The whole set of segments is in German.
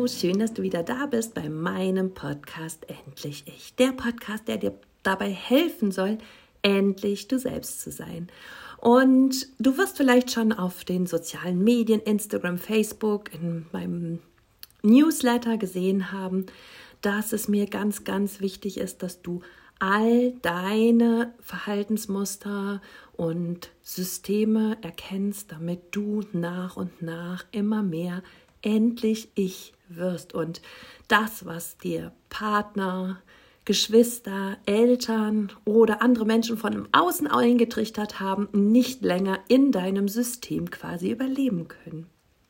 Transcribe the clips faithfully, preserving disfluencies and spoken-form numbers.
Hallo, schön, dass du wieder da bist bei meinem Podcast Endlich Ich. Der Podcast, der dir dabei helfen soll, endlich du selbst zu sein. Und du wirst vielleicht schon auf den sozialen Medien, Instagram, Facebook, in meinem Newsletter gesehen haben, dass es mir ganz, ganz wichtig ist, dass du all deine Verhaltensmuster und Systeme erkennst, damit du nach und nach immer mehr endlich ich wirst und das, was dir Partner, Geschwister, Eltern oder andere Menschen von im Außen eingetrichtert haben, nicht länger in deinem System quasi überleben können.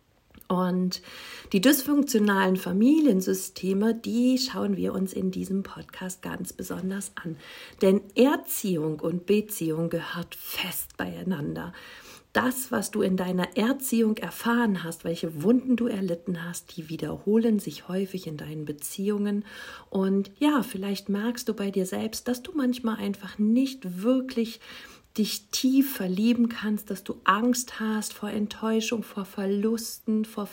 Und die dysfunktionalen Familiensysteme, die schauen wir uns in diesem Podcast ganz besonders an. Denn Erziehung und Beziehung gehört fest beieinander. Das, was du in deiner Erziehung erfahren hast, welche Wunden du erlitten hast, die wiederholen sich häufig in deinen Beziehungen. Und ja, vielleicht merkst du bei dir selbst, dass du manchmal einfach nicht wirklich dich tief verlieben kannst, dass du Angst hast vor Enttäuschung, vor Verlusten, vor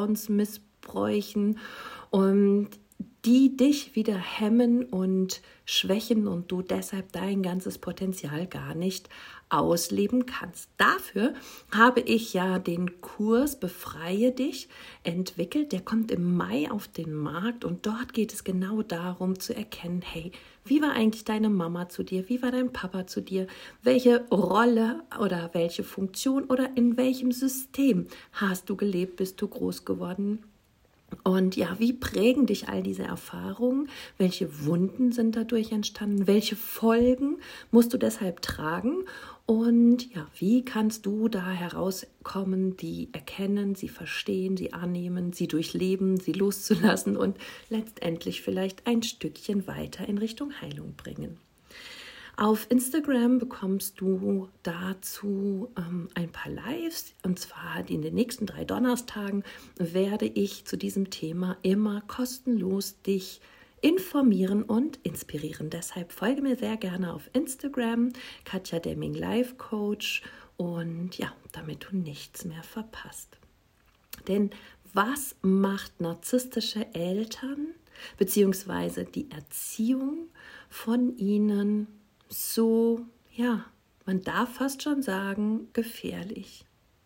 Vertrauensmissbräuchen und die dich wieder hemmen und schwächen und du deshalb dein ganzes Potenzial gar nicht ausleben kannst. Dafür habe ich ja den Kurs Befreie dich entwickelt. Der kommt im Mai auf den Markt und dort geht es genau darum zu erkennen, hey, wie war eigentlich deine Mama zu dir? Wie war dein Papa zu dir? Welche Rolle oder welche Funktion oder in welchem System hast du gelebt, bist du groß geworden? Und ja, wie prägen dich all diese Erfahrungen? Welche Wunden sind dadurch entstanden? Welche Folgen musst du deshalb tragen? Und ja, wie kannst du da herauskommen, die erkennen, sie verstehen, sie annehmen, sie durchleben, sie loszulassen und letztendlich vielleicht ein Stückchen weiter in Richtung Heilung bringen? Auf Instagram bekommst du dazu ähm, ein paar Lives, und zwar in den nächsten drei Donnerstagen werde ich zu diesem Thema immer kostenlos dich informieren und inspirieren. Deshalb folge mir sehr gerne auf Instagram, Katja Demming Life Coach, und ja, damit du nichts mehr verpasst. Denn was macht narzisstische Eltern beziehungsweise die Erziehung von ihnen so, ja, man darf fast schon sagen, gefährlich?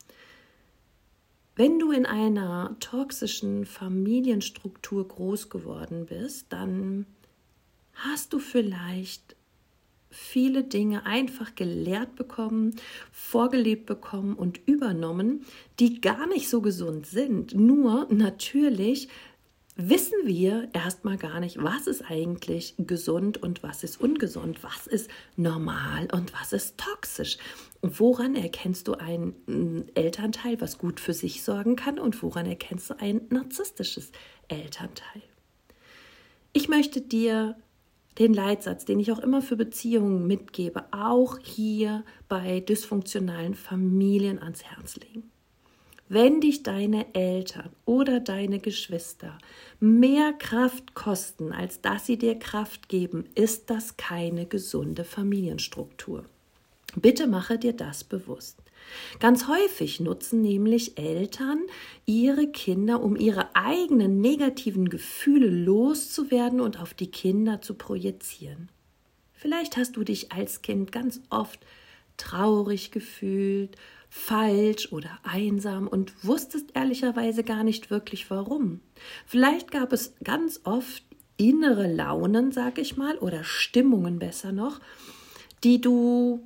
Wenn du in einer toxischen Familienstruktur groß geworden bist, dann hast du vielleicht viele Dinge einfach gelehrt bekommen, vorgelebt bekommen und übernommen, die gar nicht so gesund sind. Nur natürlich wissen wir erstmal gar nicht, was ist eigentlich gesund und was ist ungesund, was ist normal und was ist toxisch. Woran erkennst du ein Elternteil, was gut für sich sorgen kann, und woran erkennst du ein narzisstisches Elternteil? Ich möchte dir den Leitsatz, den ich auch immer für Beziehungen mitgebe, auch hier bei dysfunktionalen Familien ans Herz legen. Wenn dich deine Eltern oder deine Geschwister mehr Kraft kosten, als dass sie dir Kraft geben, ist das keine gesunde Familienstruktur. Bitte mache dir das bewusst. Ganz häufig nutzen nämlich Eltern ihre Kinder, um ihre eigenen negativen Gefühle loszuwerden und auf die Kinder zu projizieren. Vielleicht hast du dich als Kind ganz oft traurig gefühlt, falsch oder einsam und wusstest ehrlicherweise gar nicht wirklich warum. Vielleicht gab es ganz oft innere Launen, sag ich mal, oder Stimmungen besser noch, die du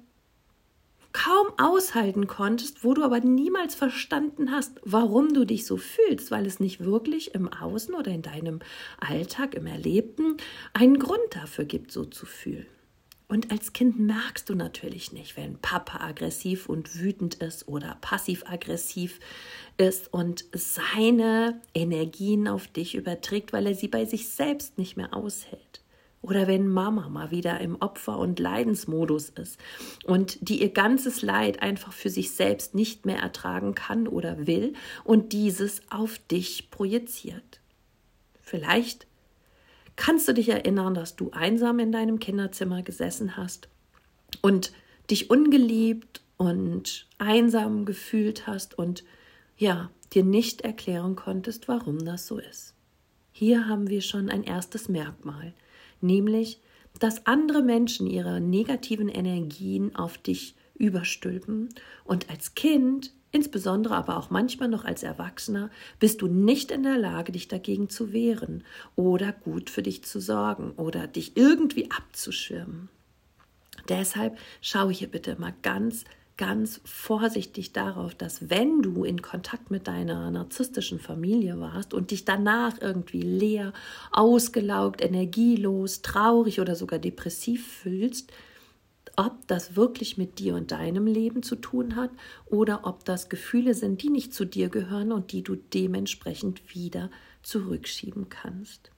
kaum aushalten konntest, wo du aber niemals verstanden hast, warum du dich so fühlst, weil es nicht wirklich im Außen oder in deinem Alltag, im Erlebten, einen Grund dafür gibt, so zu fühlen. Und als Kind merkst du natürlich nicht, wenn Papa aggressiv und wütend ist oder passiv-aggressiv ist und seine Energien auf dich überträgt, weil er sie bei sich selbst nicht mehr aushält. Oder wenn Mama mal wieder im Opfer- und Leidensmodus ist und die ihr ganzes Leid einfach für sich selbst nicht mehr ertragen kann oder will und dieses auf dich projiziert. Vielleicht kannst du dich erinnern, dass du einsam in deinem Kinderzimmer gesessen hast und dich ungeliebt und einsam gefühlt hast und ja, dir nicht erklären konntest, warum das so ist. Hier haben wir schon ein erstes Merkmal, nämlich, dass andere Menschen ihre negativen Energien auf dich überstülpen und als Kind, insbesondere aber auch manchmal noch als Erwachsener, bist du nicht in der Lage, dich dagegen zu wehren oder gut für dich zu sorgen oder dich irgendwie abzuschirmen. Deshalb schau hier bitte mal ganz ganz vorsichtig darauf, dass wenn du in Kontakt mit deiner narzisstischen Familie warst und dich danach irgendwie leer, ausgelaugt, energielos, traurig oder sogar depressiv fühlst, ob das wirklich mit dir und deinem Leben zu tun hat oder ob das Gefühle sind, die nicht zu dir gehören und die du dementsprechend wieder zurückschieben kannst.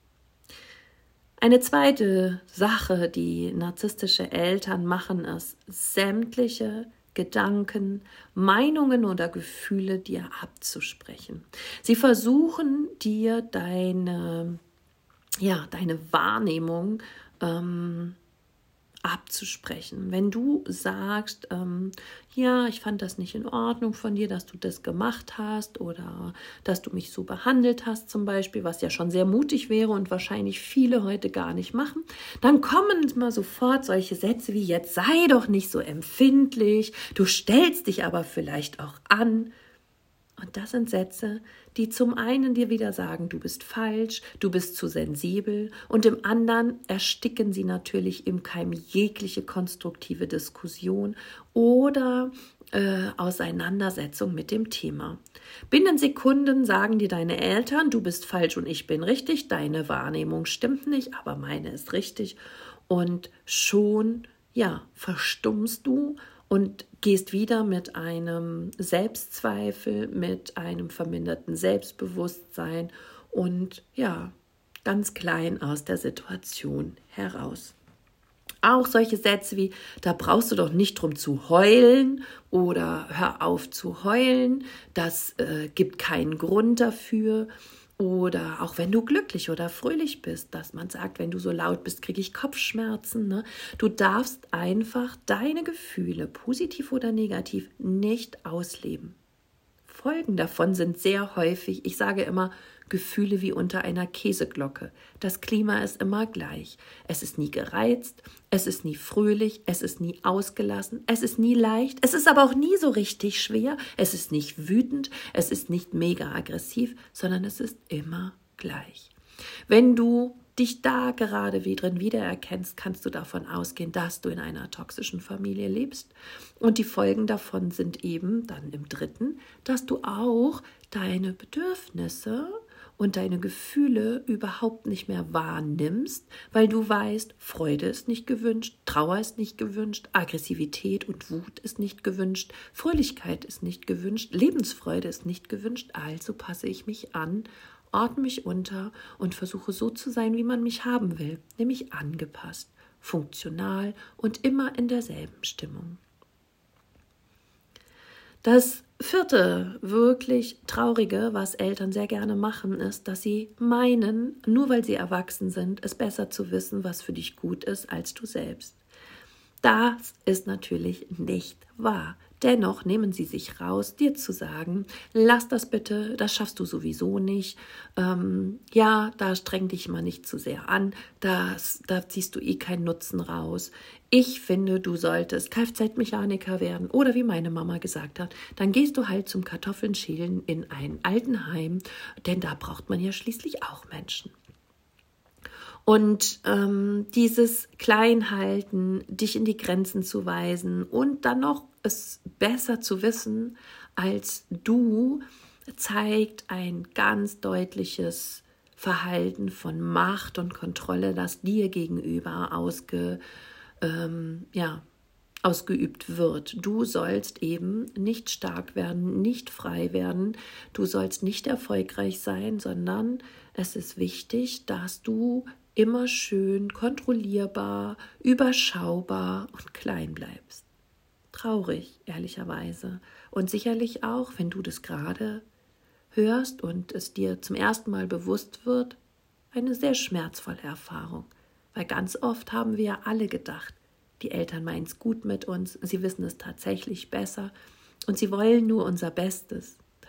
Eine zweite Sache, die narzisstische Eltern machen, ist, sämtliche Gedanken, Meinungen oder Gefühle dir abzusprechen. Sie versuchen dir deine, ja, deine Wahrnehmung ähm, abzusprechen. Wenn du sagst, ähm, ja, ich fand das nicht in Ordnung von dir, dass du das gemacht hast oder dass du mich so behandelt hast zum Beispiel, was ja schon sehr mutig wäre und wahrscheinlich viele heute gar nicht machen, dann kommen mal sofort solche Sätze wie, jetzt sei doch nicht so empfindlich, du stellst dich aber vielleicht auch an. Und das sind Sätze, die zum einen dir wieder sagen, du bist falsch, du bist zu sensibel und im anderen ersticken sie natürlich im Keim jegliche konstruktive Diskussion oder äh, Auseinandersetzung mit dem Thema. Binnen Sekunden sagen dir deine Eltern, du bist falsch und ich bin richtig, deine Wahrnehmung stimmt nicht, aber meine ist richtig und schon, ja, verstummst du und gehst wieder mit einem Selbstzweifel, mit einem verminderten Selbstbewusstsein und ja, ganz klein aus der Situation heraus. Auch solche Sätze wie, da brauchst du doch nicht drum zu heulen oder hör auf zu heulen, das äh, gibt keinen Grund dafür. Oder auch wenn du glücklich oder fröhlich bist, dass man sagt, wenn du so laut bist, kriege ich Kopfschmerzen. Ne? Du darfst einfach deine Gefühle, positiv oder negativ, nicht ausleben. Folgen davon sind sehr häufig, ich sage immer, Gefühle wie unter einer Käseglocke. Das Klima ist immer gleich. Es ist nie gereizt, es ist nie fröhlich, es ist nie ausgelassen, es ist nie leicht, es ist aber auch nie so richtig schwer, es ist nicht wütend, es ist nicht mega aggressiv, sondern es ist immer gleich. Wenn du dich da gerade wie drin wiedererkennst, kannst du davon ausgehen, dass du in einer toxischen Familie lebst. Und die Folgen davon sind eben dann im dritten, dass du auch deine Bedürfnisse und deine Gefühle überhaupt nicht mehr wahrnimmst, weil du weißt, Freude ist nicht gewünscht, Trauer ist nicht gewünscht, Aggressivität und Wut ist nicht gewünscht, Fröhlichkeit ist nicht gewünscht, Lebensfreude ist nicht gewünscht, also passe ich mich an, ordne mich unter und versuche so zu sein, wie man mich haben will, nämlich angepasst, funktional und immer in derselben Stimmung. Das vierte, wirklich Traurige, was Eltern sehr gerne machen, ist, dass sie meinen, nur weil sie erwachsen sind, es besser zu wissen, was für dich gut ist, als du selbst. Das ist natürlich nicht wahr. Dennoch nehmen sie sich raus, dir zu sagen, lass das bitte, das schaffst du sowieso nicht. Ähm, ja, da streng dich mal nicht zu sehr an, das, da ziehst du eh keinen Nutzen raus. Ich finde, du solltest Kfz-Mechaniker werden oder wie meine Mama gesagt hat, dann gehst du halt zum Kartoffeln schälen in ein Altenheim, denn da braucht man ja schließlich auch Menschen. Und ähm, dieses Kleinhalten, dich in die Grenzen zu weisen und dann noch es besser zu wissen als du, zeigt ein ganz deutliches Verhalten von Macht und Kontrolle, das dir gegenüber ausge, ähm, ja, ausgeübt wird. Du sollst eben nicht stark werden, nicht frei werden, du sollst nicht erfolgreich sein, sondern es ist wichtig, dass du immer schön kontrollierbar, überschaubar und klein bleibst. Traurig, ehrlicherweise. Und sicherlich auch, wenn du das gerade hörst und es dir zum ersten Mal bewusst wird, eine sehr schmerzvolle Erfahrung. Weil ganz oft haben wir ja alle gedacht, die Eltern meinen es gut mit uns, sie wissen es tatsächlich besser und sie wollen nur unser Bestes.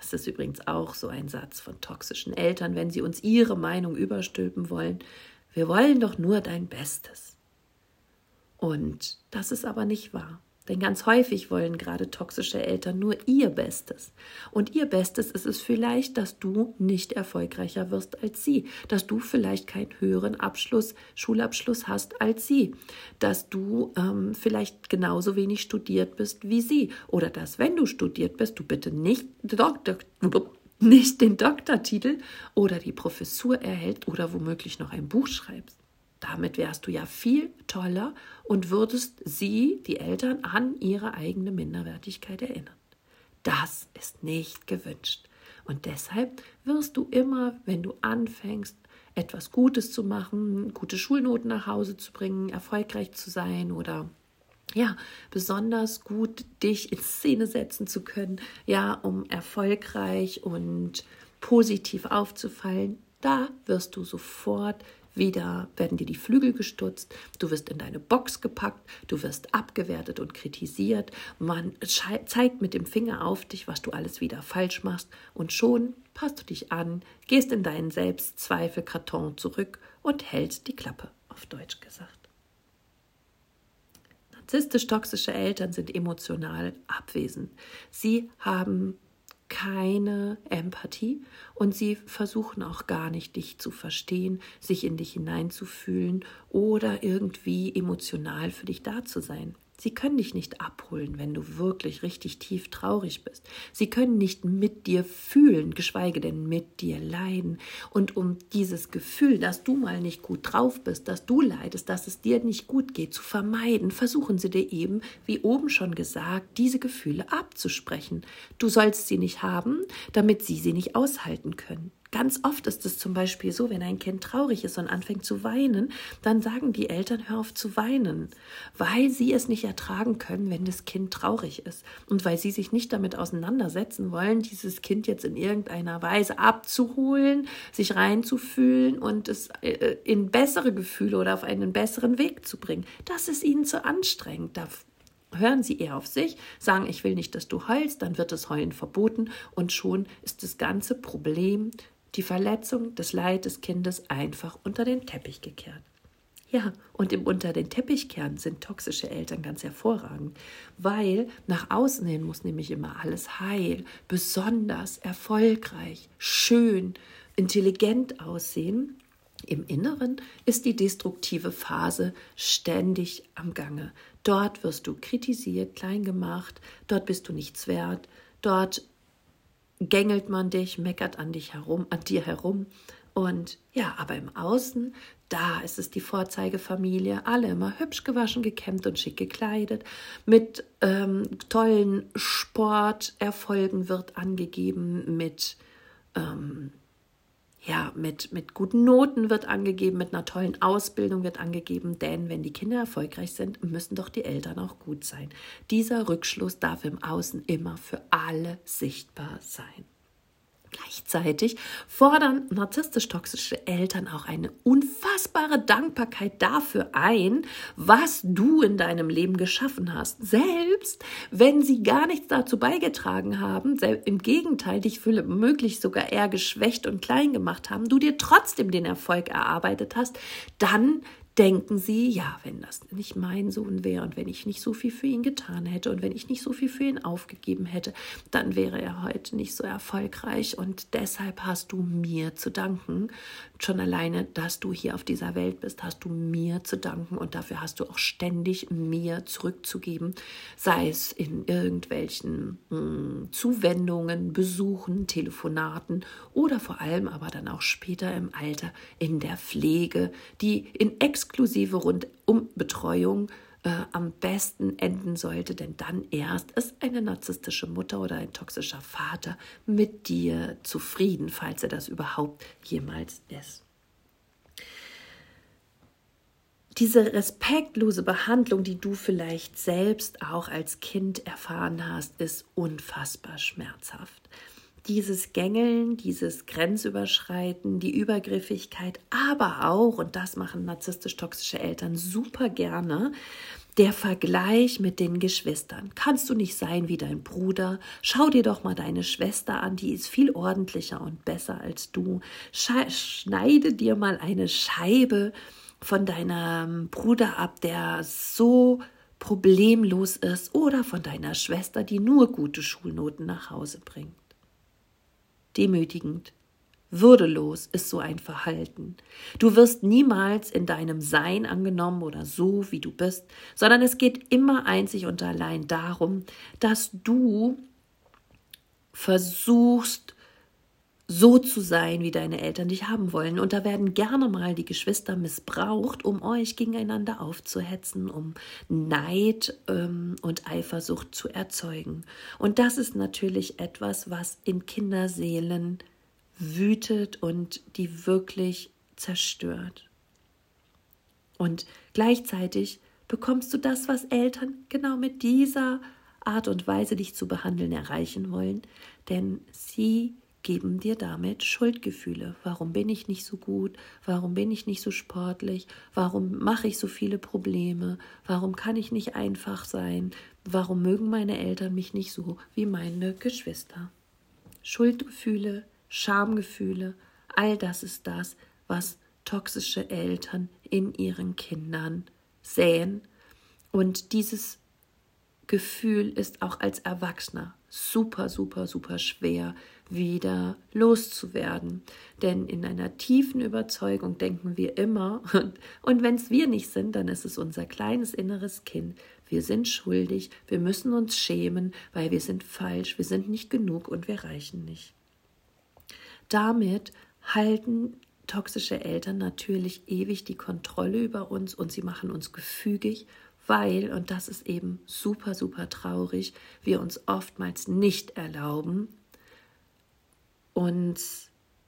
Das ist übrigens auch so ein Satz von toxischen Eltern, wenn sie uns ihre Meinung überstülpen wollen. Wir wollen doch nur dein Bestes. Und das ist aber nicht wahr. Denn ganz häufig wollen gerade toxische Eltern nur ihr Bestes. Und ihr Bestes ist es vielleicht, dass du nicht erfolgreicher wirst als sie, dass du vielleicht keinen höheren Abschluss, Schulabschluss hast als sie, dass du ähm, vielleicht genauso wenig studiert bist wie sie oder dass, wenn du studiert bist, du bitte nicht, Doktor, nicht den Doktortitel oder die Professur erhältst oder womöglich noch ein Buch schreibst. Damit wärst du ja viel toller und würdest sie, die Eltern, an ihre eigene Minderwertigkeit erinnern. Das ist nicht gewünscht. Und deshalb wirst du immer, wenn du anfängst, etwas Gutes zu machen, gute Schulnoten nach Hause zu bringen, erfolgreich zu sein oder ja, besonders gut dich in Szene setzen zu können, ja, um erfolgreich und positiv aufzufallen, da wirst du sofort wieder, werden dir die Flügel gestutzt, du wirst in deine Box gepackt, du wirst abgewertet und kritisiert, man zeigt mit dem Finger auf dich, was du alles wieder falsch machst und schon passt du dich an, gehst in deinen Selbstzweifelkarton zurück und hältst die Klappe, auf Deutsch gesagt. Narzisstisch-toxische Eltern sind emotional abwesend. Sie haben keine Empathie und sie versuchen auch gar nicht, dich zu verstehen, sich in dich hineinzufühlen oder irgendwie emotional für dich da zu sein. Sie können dich nicht abholen, wenn du wirklich richtig tief traurig bist. Sie können nicht mit dir fühlen, geschweige denn mit dir leiden. Und um dieses Gefühl, dass du mal nicht gut drauf bist, dass du leidest, dass es dir nicht gut geht, zu vermeiden, versuchen sie dir eben, wie oben schon gesagt, diese Gefühle abzusprechen. Du sollst sie nicht haben, damit sie sie nicht aushalten können. Ganz oft ist es zum Beispiel so, wenn ein Kind traurig ist und anfängt zu weinen, dann sagen die Eltern, hör auf zu weinen, weil sie es nicht ertragen können, wenn das Kind traurig ist. Und weil sie sich nicht damit auseinandersetzen wollen, dieses Kind jetzt in irgendeiner Weise abzuholen, sich reinzufühlen und es in bessere Gefühle oder auf einen besseren Weg zu bringen. Das ist ihnen zu anstrengend. Da hören sie eher auf sich, sagen, ich will nicht, dass du heulst, dann wird das Heulen verboten und schon ist das ganze Problem, die Verletzung, das Leid des Kindes einfach unter den Teppich gekehrt. Ja, und im Unter den Teppich kehren sind toxische Eltern ganz hervorragend, weil nach außen hin muss nämlich immer alles heil, besonders, erfolgreich, schön, intelligent aussehen. Im Inneren ist die destruktive Phase ständig am Gange. Dort wirst du kritisiert, klein gemacht, dort bist du nichts wert, dort gängelt man dich, meckert an dich herum, an dir herum. Und ja, aber im Außen, da ist es die Vorzeigefamilie, alle immer hübsch gewaschen, gekämmt und schick gekleidet. Mit ähm, tollen Sporterfolgen wird angegeben, mit ähm, Ja, mit, mit guten Noten wird angegeben, mit einer tollen Ausbildung wird angegeben, denn wenn die Kinder erfolgreich sind, müssen doch die Eltern auch gut sein. Dieser Rückschluss darf im Außen immer für alle sichtbar sein. Gleichzeitig fordern narzisstisch-toxische Eltern auch eine unfassbare Dankbarkeit dafür ein, was du in deinem Leben geschaffen hast. Selbst wenn sie gar nichts dazu beigetragen haben, im Gegenteil, dich womöglich sogar eher geschwächt und klein gemacht haben, du dir trotzdem den Erfolg erarbeitet hast, dann denken sie, ja, wenn das nicht mein Sohn wäre und wenn ich nicht so viel für ihn getan hätte und wenn ich nicht so viel für ihn aufgegeben hätte, dann wäre er heute nicht so erfolgreich und deshalb hast du mir zu danken. Schon alleine, dass du hier auf dieser Welt bist, hast du mir zu danken und dafür hast du auch ständig mir zurückzugeben, sei es in irgendwelchen mh, Zuwendungen, Besuchen, Telefonaten oder vor allem aber dann auch später im Alter in der Pflege, die in exklusive Rundumbetreuung äh, am besten enden sollte, denn dann erst ist eine narzisstische Mutter oder ein toxischer Vater mit dir zufrieden, falls er das überhaupt jemals ist. Diese respektlose Behandlung, die du vielleicht selbst auch als Kind erfahren hast, ist unfassbar schmerzhaft. dieses Gängeln, dieses Grenzüberschreiten, die Übergriffigkeit, aber auch, und das machen narzisstisch-toxische Eltern super gerne, der Vergleich mit den Geschwistern. Kannst du nicht sein wie dein Bruder? Schau dir doch mal deine Schwester an, die ist viel ordentlicher und besser als du. Schneide dir mal eine Scheibe von deinem Bruder ab, der so problemlos ist, oder von deiner Schwester, die nur gute Schulnoten nach Hause bringt. Demütigend, würdelos ist so ein Verhalten. Du wirst niemals in deinem Sein angenommen oder so, wie du bist, sondern es geht immer einzig und allein darum, dass du versuchst, so zu sein, wie deine Eltern dich haben wollen. Und da werden gerne mal die Geschwister missbraucht, um euch gegeneinander aufzuhetzen, um Neid ähm, und Eifersucht zu erzeugen. Und das ist natürlich etwas, was in Kinderseelen wütet und die wirklich zerstört. Und gleichzeitig bekommst du das, was Eltern genau mit dieser Art und Weise, dich zu behandeln, erreichen wollen, denn sie geben dir damit Schuldgefühle. Warum bin ich nicht so gut? Warum bin ich nicht so sportlich? Warum mache ich so viele Probleme? Warum kann ich nicht einfach sein? Warum mögen meine Eltern mich nicht so wie meine Geschwister? Schuldgefühle, Schamgefühle, all das ist das, was toxische Eltern in ihren Kindern säen. Und dieses Gefühl ist auch als Erwachsener super, super, super schwer wieder loszuwerden. Denn in einer tiefen Überzeugung denken wir immer, und, und wenn es wir nicht sind, dann ist es unser kleines inneres Kind. Wir sind schuldig, wir müssen uns schämen, weil wir sind falsch, wir sind nicht genug und wir reichen nicht. Damit halten toxische Eltern natürlich ewig die Kontrolle über uns und sie machen uns gefügig, weil, und das ist eben super, super traurig, wir uns oftmals nicht erlauben, uns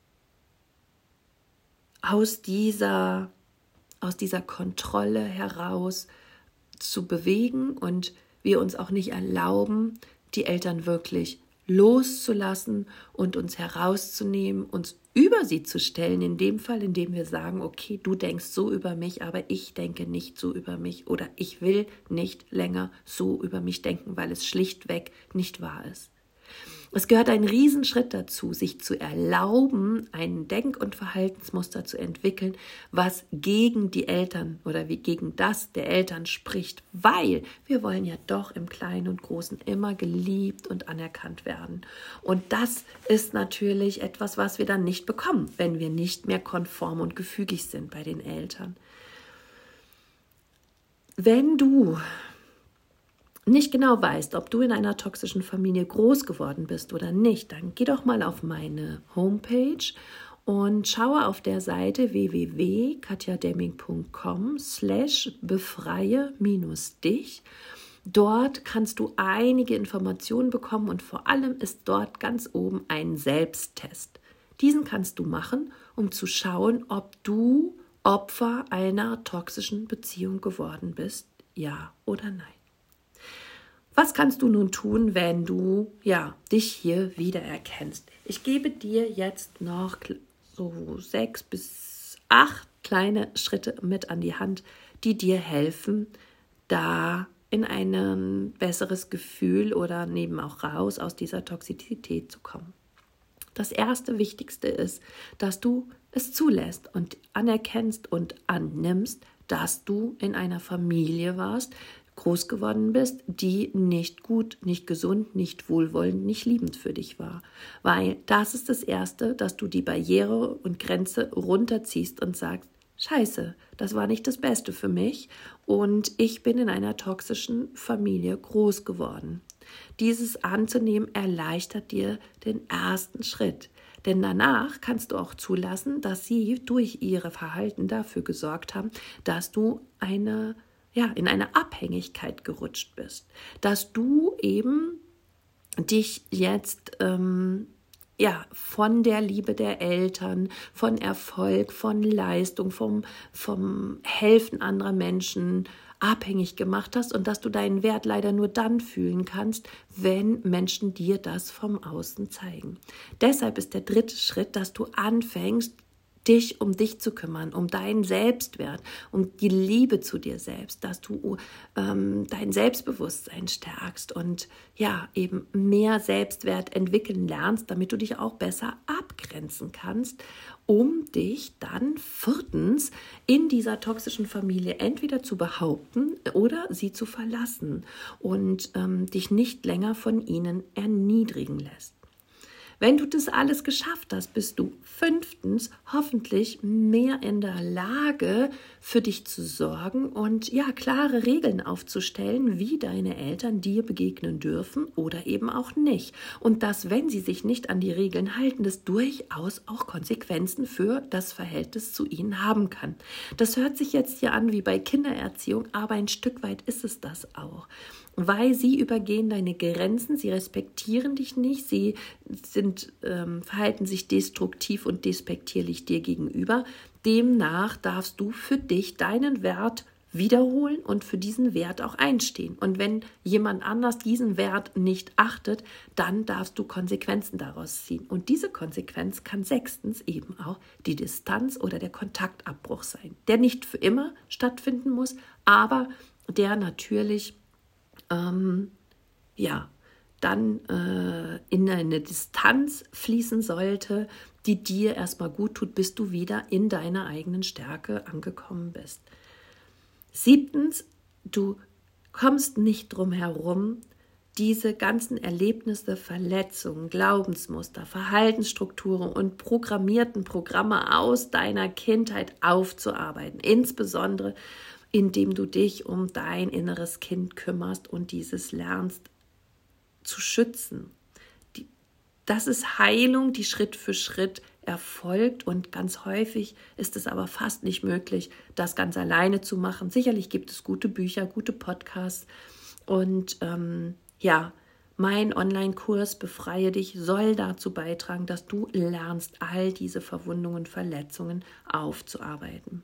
aus dieser, aus dieser Kontrolle heraus zu bewegen und wir uns auch nicht erlauben, die Eltern wirklich loszulassen und uns herauszunehmen, uns über sie zu stellen, in dem Fall, in dem wir sagen, okay, du denkst so über mich, aber ich denke nicht so über mich oder ich will nicht länger so über mich denken, weil es schlichtweg nicht wahr ist. Es gehört ein Riesenschritt dazu, sich zu erlauben, ein Denk- und Verhaltensmuster zu entwickeln, was gegen die Eltern oder wie gegen das der Eltern spricht, weil wir wollen ja doch im Kleinen und Großen immer geliebt und anerkannt werden. Und das ist natürlich etwas, was wir dann nicht bekommen, wenn wir nicht mehr konform und gefügig sind bei den Eltern. Wenn du nicht genau weißt, ob du in einer toxischen Familie groß geworden bist oder nicht, dann geh doch mal auf meine Homepage und schaue auf der Seite w w w punkt katja demming punkt com slash befreie minus dich. Dort kannst du einige Informationen bekommen und vor allem ist dort ganz oben ein Selbsttest. Diesen kannst du machen, um zu schauen, ob du Opfer einer toxischen Beziehung geworden bist, ja oder nein. Was kannst du nun tun, wenn du ja, dich hier wiedererkennst? Ich gebe dir jetzt noch so sechs bis acht kleine Schritte mit an die Hand, die dir helfen, da in ein besseres Gefühl oder neben auch raus aus dieser Toxizität zu kommen. Das erste Wichtigste ist, dass du es zulässt und anerkennst und annimmst, dass du in einer Familie warst, groß geworden bist, die nicht gut, nicht gesund, nicht wohlwollend, nicht liebend für dich war. Weil das ist das Erste, dass du die Barriere und Grenze runterziehst und sagst, Scheiße, das war nicht das Beste für mich und ich bin in einer toxischen Familie groß geworden. Dieses anzunehmen erleichtert dir den ersten Schritt. Denn danach kannst du auch zulassen, dass sie durch ihre Verhalten dafür gesorgt haben, dass du eine ja, in eine Abhängigkeit gerutscht bist, dass du eben dich jetzt ähm, ja, von der Liebe der Eltern, von Erfolg, von Leistung, vom, vom Helfen anderer Menschen abhängig gemacht hast und dass du deinen Wert leider nur dann fühlen kannst, wenn Menschen dir das vom Außen zeigen. Deshalb ist der dritte Schritt, dass du anfängst, dich um dich zu kümmern, um deinen Selbstwert, um die Liebe zu dir selbst, dass du ähm, dein Selbstbewusstsein stärkst und ja, eben mehr Selbstwert entwickeln lernst, damit du dich auch besser abgrenzen kannst, um dich dann viertens in dieser toxischen Familie entweder zu behaupten oder sie zu verlassen und ähm, dich nicht länger von ihnen erniedrigen lässt. Wenn du das alles geschafft hast, bist du fünftens hoffentlich mehr in der Lage, für dich zu sorgen und ja, klare Regeln aufzustellen, wie deine Eltern dir begegnen dürfen oder eben auch nicht. Und dass, wenn sie sich nicht an die Regeln halten, das durchaus auch Konsequenzen für das Verhältnis zu ihnen haben kann. Das hört sich jetzt hier an wie bei Kindererziehung, aber ein Stück weit ist es das auch. Weil sie übergehen deine Grenzen, sie respektieren dich nicht, sie sind, ähm, verhalten sich destruktiv und despektierlich dir gegenüber. Demnach darfst du für dich deinen Wert wiederholen und für diesen Wert auch einstehen. Und wenn jemand anders diesen Wert nicht achtet, dann darfst du Konsequenzen daraus ziehen. Und diese Konsequenz kann sechstens eben auch die Distanz oder der Kontaktabbruch sein, der nicht für immer stattfinden muss, aber der natürlich Ähm, ja, dann äh, in eine Distanz fließen sollte, die dir erstmal gut tut, bis du wieder in deiner eigenen Stärke angekommen bist. Siebtens, du kommst nicht drum herum, diese ganzen Erlebnisse, Verletzungen, Glaubensmuster, Verhaltensstrukturen und programmierten Programme aus deiner Kindheit aufzuarbeiten, insbesondere indem du dich um dein inneres Kind kümmerst und dieses lernst zu schützen. Die, das ist Heilung, die Schritt für Schritt erfolgt und ganz häufig ist es aber fast nicht möglich, das ganz alleine zu machen. Sicherlich gibt es gute Bücher, gute Podcasts und ähm, ja, mein Online-Kurs Befreie dich soll dazu beitragen, dass du lernst, all diese Verwundungen, Verletzungen aufzuarbeiten.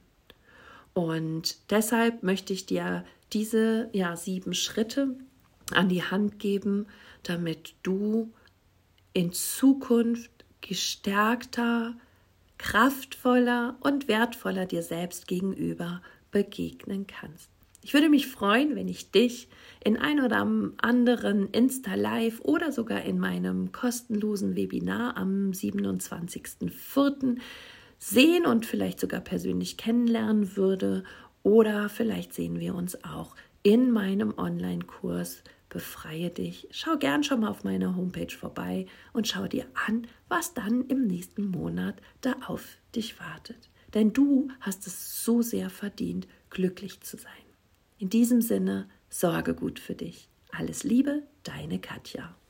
Und deshalb möchte ich dir diese ja, sieben Schritte an die Hand geben, damit du in Zukunft gestärkter, kraftvoller und wertvoller dir selbst gegenüber begegnen kannst. Ich würde mich freuen, wenn ich dich in ein oder anderen Insta-Live oder sogar in meinem kostenlosen Webinar am siebenundzwanzigsten vierten sehen und vielleicht sogar persönlich kennenlernen würde. Oder vielleicht sehen wir uns auch in meinem Online-Kurs Befreie dich. Schau gern schon mal auf meiner Homepage vorbei und schau dir an, was dann im nächsten Monat da auf dich wartet. Denn du hast es so sehr verdient, glücklich zu sein. In diesem Sinne, sorge gut für dich. Alles Liebe, deine Katja.